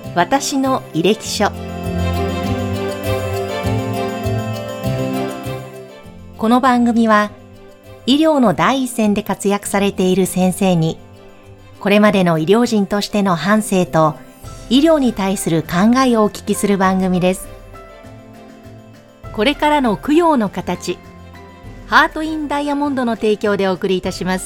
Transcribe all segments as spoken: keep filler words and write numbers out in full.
私の履歴書。この番組は医療の第一線で活躍されている先生にこれまでの医療人としての半生と医療に対する考えをお聞きする番組です。これからの供養の形、ハートインダイヤモンドの提供でお送りいたします。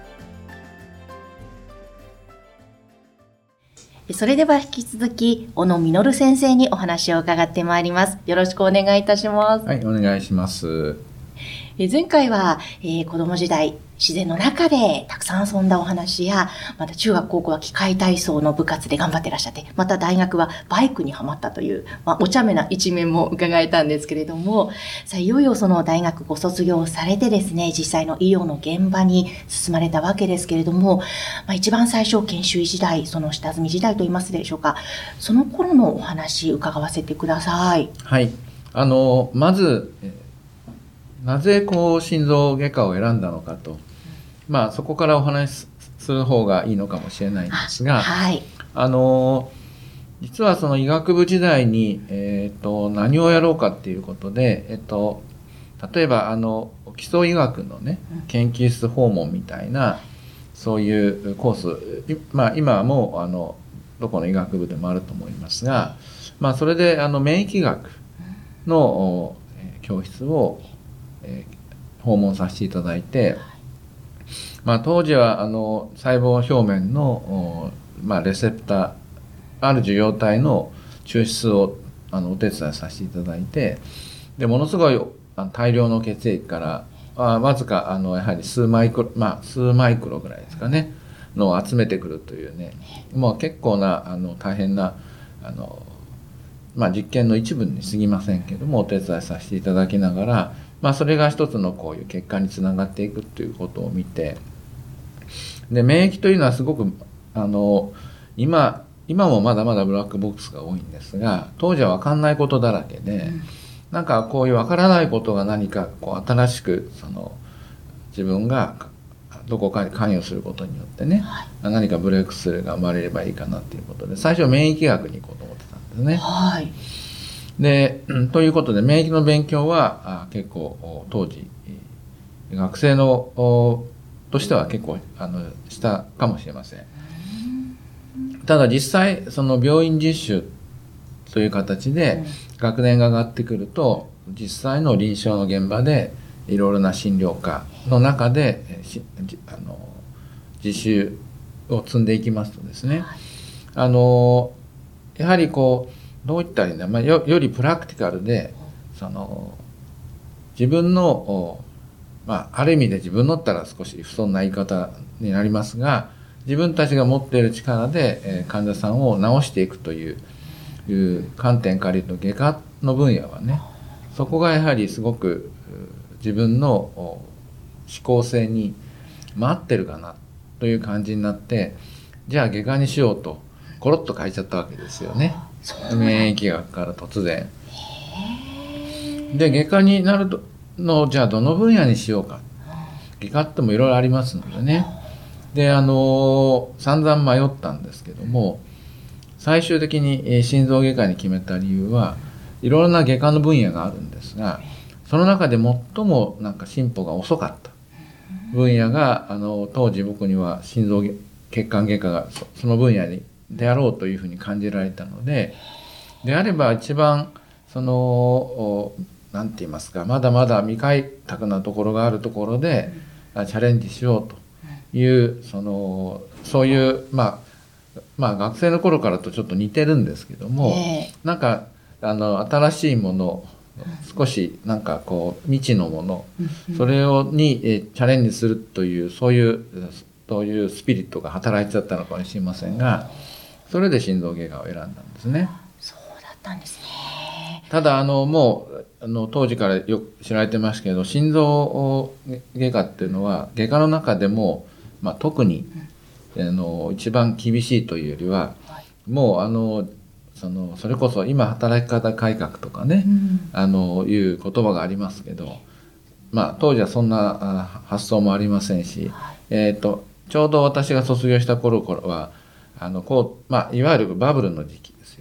それでは引き続き小野実先生にお話を伺ってまいります。よろしくお願いいたします。 はい、お願いします。 え前回は、えー、子供時代自然の中でたくさん遊んだお話や、また中学高校は器械体操の部活で頑張ってらっしゃって、また大学はバイクにはまったという、まあ、お茶目な一面も伺えたんですけれども、さあいよいよその大学ご卒業されてですね、実際の医療の現場に進まれたわけですけれども、まあ、一番最初研修医時代、その下積み時代といいますでしょうか、その頃のお話伺わせてください。 はい、あのまずなぜこう心臓外科を選んだのかと、まあそこからお話しする方がいいのかもしれないんですが、 はい、 あの実はその医学部時代に、えー、と何をやろうかっていうことで、えー、と例えばあの基礎医学のね研究室訪問みたいなそういうコース、まあ、今はもうあのどこの医学部でもあると思いますが、まあ、それであの免疫学の教室をえー、訪問させていただいて、まあ、当時はあの細胞表面の、まあ、レセプターある受容体の抽出をあのお手伝いさせていただいて、でものすごい大量の血液からあわずかあのやはり数マイクロ、まあ、数マイクロぐらいですかねのを集めてくるというね、もう結構なあの大変なあの、まあ、実験の一部に過ぎませんけどもお手伝いさせていただきながら、まあ、それが一つのこういう結果につながっていくということを見て、で免疫というのはすごくあの 今, 今もまだまだブラックボックスが多いんですが、当時は分かんないことだらけで、うん、なんかこういう分からないことが何かこう新しくその自分がどこかに関与することによってね、はい、何かブレイクスルーが生まれればいいかなということで最初免疫学に行こうと思ってたんですね。 はい、 でということで免疫の勉強はあ結構当時学生のとしては結構あのしたかもしれません。ただ実際その病院実習という形で学年が上がってくると実際の臨床の現場でいろいろな診療科の中であの実習を積んでいきますとですね、あのやはりこうどういったらいいんだ、まあ、よ, よりプラクティカルでその自分の、まあ、ある意味で自分のったら少し不遜な言い方になりますが、自分たちが持っている力で、えー、患者さんを治していくという、いう観点から言うと外科の分野はね、そこがやはりすごく自分の思考性に合ってるかなという感じになって、じゃあ外科にしようとコロッと変えちゃったわけですよね。免疫学から突然。で外科になるとのじゃあどの分野にしようか。外科ってもいろいろありますのでね。であの散々迷ったんですけども、最終的に心臓外科に決めた理由はいろいろな外科の分野があるんですが、その中で最もなんか進歩が遅かった分野があの当時僕には心臓血管外科が そ, その分野にであろうというふうに感じられたので、であれば一番その何て言いますか、まだまだ未開拓なところがあるところでチャレンジしようというそのそういうまあまあ学生の頃からとちょっと似てるんですけども、えー、なんかあの新しいもの少しなんかこう未知のもの、それをにチャレンジするというそういうそういうスピリットが働いちゃったのかもしれませんが、それで心臓外科を選んだんですね。 そうだったんですね。 ただあのもうあの当時からよく知られてますけど、心臓外科っていうのは外科の中でも、まあ、特に、うん、あの一番厳しいというよりは、はい、もうあのそのそれこそ今働き方改革とかね、うん、あのいう言葉がありますけど、まあ、当時はそんな発想もありませんし、はい、えーと、ちょうど私が卒業した頃はあのこう、まあ、いわゆるバブルの時期で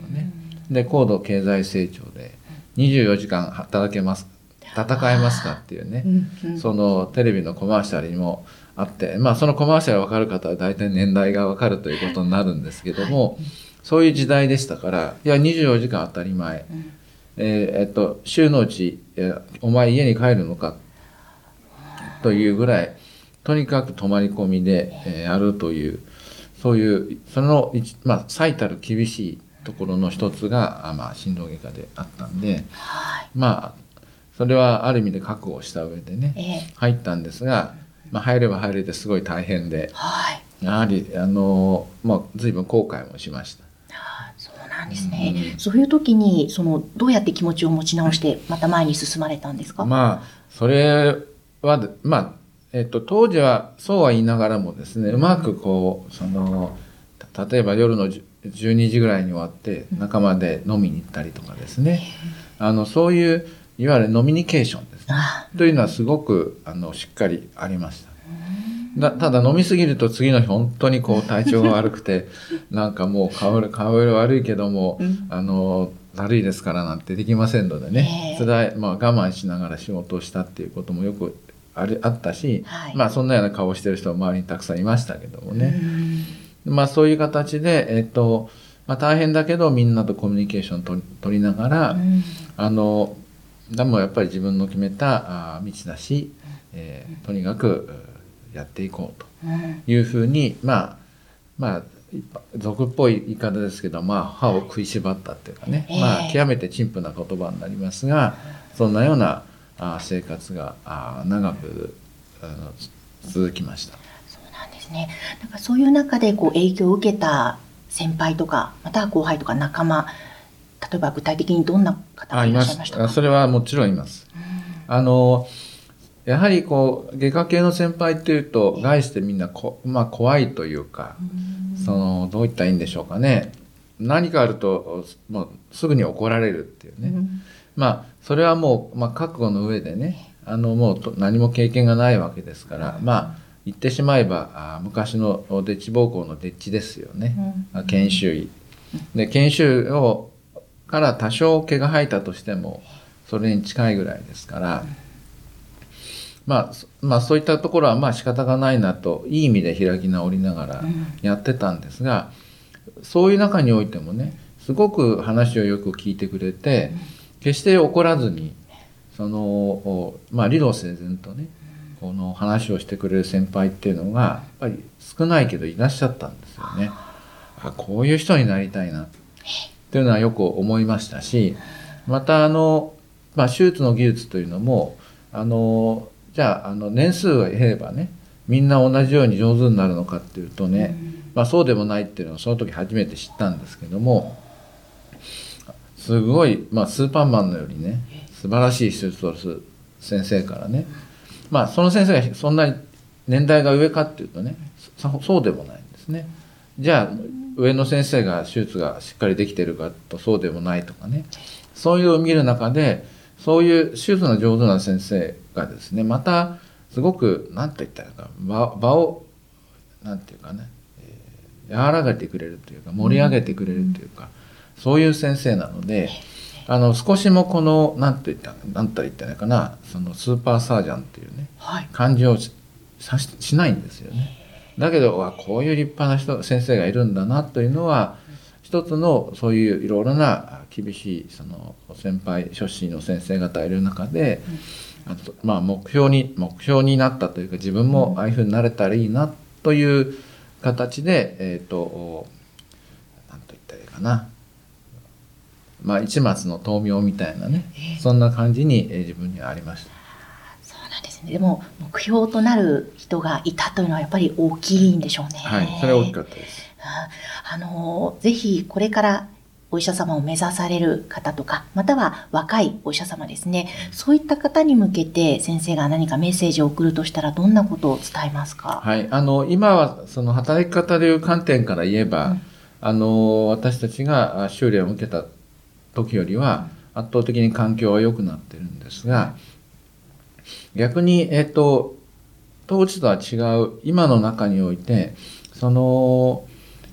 よね。で高度経済成長でにじゅうよじかん働けます戦えますかっていうね、うんうん、そのテレビのコマーシャルにもあって、まあ、そのコマーシャルが分かる方は大体年代が分かるということになるんですけども、はい、そういう時代でしたからいやにじゅうよじかん当たり前、うん、えーえっと、週のうちお前家に帰るのかというぐらいとにかく泊まり込みで、えー、やるというそういうその、まあ、最たる厳しいところの一つが、まあ、心臓外科であったんで、はい、まあそれはある意味で覚悟した上でね、えー、入ったんですが、まあ、入れば入れてすごい大変で、はい、やはりあの、まあ、随分後悔もしました。 そうなんですね、うん、そういう時にそのどうやって気持ちを持ち直してまた前に進まれたんですか？ まあそれは、まあえっと、当時はそうは言いながらもですね、うまくこうその例えば夜のじゅうにじぐらいに終わって仲間で飲みに行ったりとかですね、うん、あのそういういわゆるノミニケーションですねというのはすごくあのしっかりありました。だただ飲みすぎると次の日本当にこう体調が悪くてなんかもう顔色顔色悪いけども、うん、あの悪いですからなんてできませんのでね、えー辛い、まあ、我慢しながら仕事をしたっていうこともよくありあったし、はい、まあそんなような顔をしてる人は周りにたくさんいましたけどもね、まあそういう形で、えっとまあ、大変だけどみんなとコミュニケーションを取り、取りながら、うん、あのでもやっぱり自分の決めたあ道だし、えー、とにかくやっていこうというふうに、うん、まあまあ俗っぽい言い方ですけど、まあ、歯を食いしばったっていうかね、えー、まあ極めて陳腐な言葉になりますが、そんなようなあ生活があ長くあの続きました。 そうなんですね。なんかそういう中でこう影響を受けた先輩とかまたは後輩とか仲間、例えば具体的にどんな方がいらっしゃいましたか？ あ、います。それはもちろんいます。うん、あのやはりこう外科系の先輩っていうと概してみんなこ、まあ、怖いというか、うん、そのどう言ったらいいんでしょうかね、何かあるともうすぐに怒られるっていうね、うん、まあそれはもう、まあ、覚悟の上でね、あのもう何も経験がないわけですから、うん、まあ言ってしまえばあ昔のデッチ暴行のデッチですよね、うん、研修医で研修をから多少毛が生えたとしてもそれに近いぐらいですから、まあ、まあそういったところはまあ仕方がないなといい意味で開き直りながらやってたんですが、うん、そういう中においてもねすごく話をよく聞いてくれて、決して怒らずにその、まあ、理路整然とねこの話をしてくれる先輩っていうのがやっぱり少ないけどいらっしゃったんですよね。あ、こういう人になりたいなというのはよく思いましたし、またあの、まあ、手術の技術というのもあのじゃあ、あの年数が減ればねみんな同じように上手になるのかっていうとね、まあ、そうでもないっていうのをその時初めて知ったんですけども、すごい、まあ、スーパーマンのようにね素晴らしい手術をする先生からね、まあその先生がそんなに年代が上かっていうとねそうでもないんですね。じゃあ上の先生が手術がしっかりできてるかとそうでもないとかね、そういうのを見る中でそういう手術の上手な先生がですねまたすごく何と言ったらいいか 場, 場を何て言うかね、えー、和らげてくれるというか盛り上げてくれるというか、うん、そういう先生なので、あの少しもこの何と言った何と言ったらいいかな、そのスーパーサージャンっていうね、はい、感じを し, し, しないんですよね。だけどわこういう立派な人先生がいるんだなというのは一つのそういういろいろな厳しいその先輩初心の先生方がいる中で、うん、あとまあ目標に目標になったというか自分もああいうふうになれたらいいなという形で、えっと何と言ったらいいかな、まあ一抹の豆苗みたいなね、そんな感じに自分にはありました。 そうなんですね。でも目標となる人がいたというのはやっぱり大きいんでしょうね。 はい、それは大きかったです。 あのぜひこれからお医者様を目指される方とか、または若いお医者様ですね、そういった方に向けて先生が何かメッセージを送るとしたらどんなことを伝えますか？ はい、あの今はその働き方という観点から言えば、うん、あの私たちが修練を受けた時よりは圧倒的に環境は良くなってるんですが、逆に、えっと、当時とは違う今の中においてその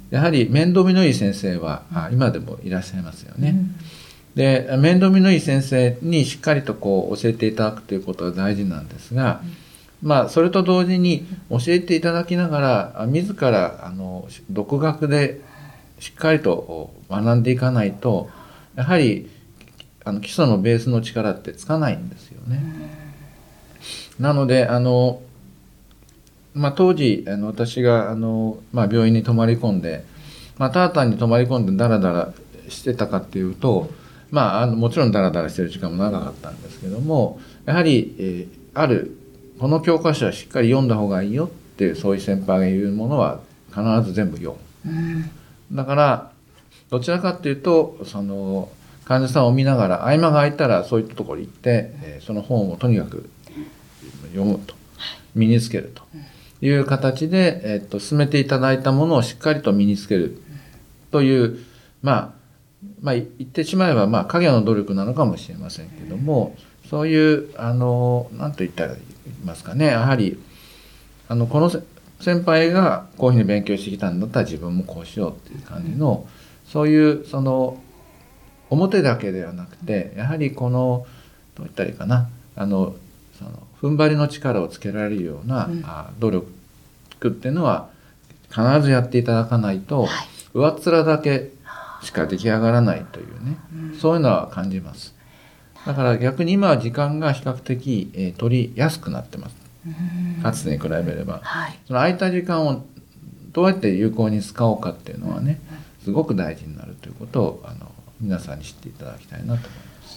やはり面倒見のいい先生は、うん、今でもいらっしゃいますよね。うん、で面倒見のいい先生にしっかりとこう教えていただくということが大事なんですが、うん、まあそれと同時に教えていただきながら自らあの独学でしっかりと学んでいかないとやはりあの基礎のベースの力ってつかないんですよね。うん、なのであのまあ、当時あの私があの、まあ、病院に泊まり込んで、まあ、ただ単に泊まり込んでダラダラしてたかっていうと、まあ、あのもちろんダラダラしてる時間も長かったんですけども、やはり、えー、あるこの教科書はしっかり読んだ方がいいよっていうそういう先輩が言うものは必ず全部読む。うん、だからどちらかっていうとその患者さんを見ながら合間が空いたらそういったところに行って、えー、その本をとにかく読むと身につけると。いう形で、えっと、進めていただいたものをしっかりと身につけるという、まあ、まあ、言ってしまえば、まあ、影の努力なのかもしれませんけども、そういう、あの、なんと言ったらいいますかね、やはり、あの、この先輩がこういうふうに勉強してきたんだったら自分もこうしようっていう感じの、そういう、その、表だけではなくて、やはりこの、どう言ったらいいかな、あの、その踏ん張りの力をつけられるような、うん、努力っていうのは必ずやっていただかないと、はい、上っ面だけしか出来上がらないというね、うん、そういうのは感じます。だから逆に今は時間が比較的、えー、取りやすくなってます。かつてに比べれば、はい、その空いた時間をどうやって有効に使おうかっていうのはね、すごく大事になるということをあの皆さんに知っていただきたいなと思います。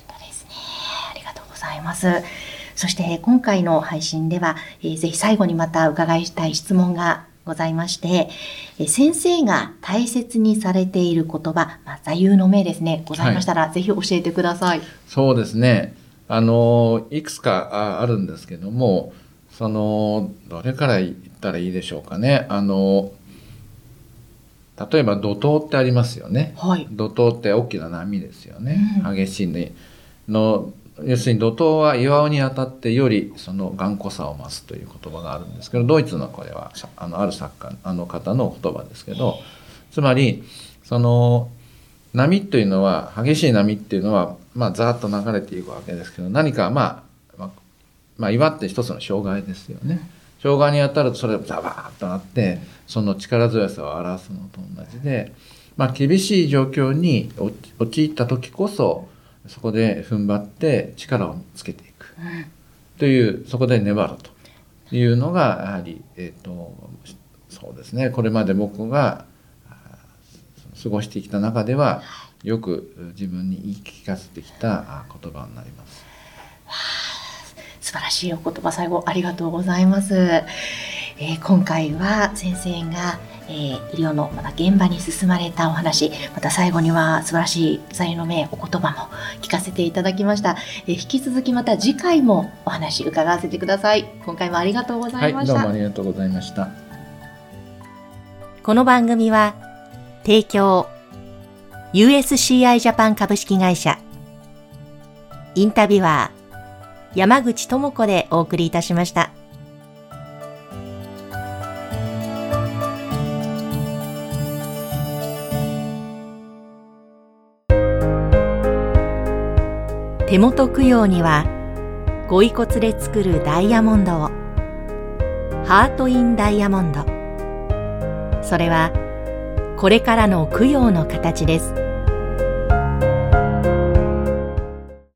そうですね。ありがとうございます。そして今回の配信では、えー、ぜひ最後にまた伺いたい質問がございまして、えー、先生が大切にされている言葉、まあ、座右の銘ですね、ございましたら、はい、ぜひ教えてください。 そうですね。あの、いくつかあるんですけども、その、どれから言ったらいいでしょうかね。あの、例えば怒涛ってありますよね。はい、怒涛って大きな波ですよね。うん、激しいねの。要するに怒涛は岩尾に当たってよりその頑固さを増すという言葉があるんですけど、ドイツのこれはあのある作家あの方の言葉ですけど、つまりその波というのは激しい波っていうのはまあざーっと流れていくわけですけど、何かまあまあ、まあ、岩って一つの障害ですよね。障害に当たるとそれがザバーッとなってその力強さを表すのと同じで、まあ厳しい状況に陥った時こそそこで踏ん張って力をつけていくという、そこで粘るというのがやはり、えーと、そうですね、これまで僕が過ごしてきた中ではよく自分に言い聞かせてきた言葉になります。 素晴らしいお言葉、最後ありがとうございます。えー、今回は先生が、えー、医療のまた現場に進まれたお話、また最後には素晴らしい座右の銘お言葉も聞かせていただきました。えー、引き続きまた次回もお話伺わせてください。今回もありがとうございました。 はい、どうもありがとうございました。 この番組は提供 ユーエスシーアイ ジャパン株式会社、インタビュアー山口智子でお送りいたしました。手元供養にはご遺骨で作るダイヤモンドを、ハートインダイヤモンド。それはこれからの供養の形です。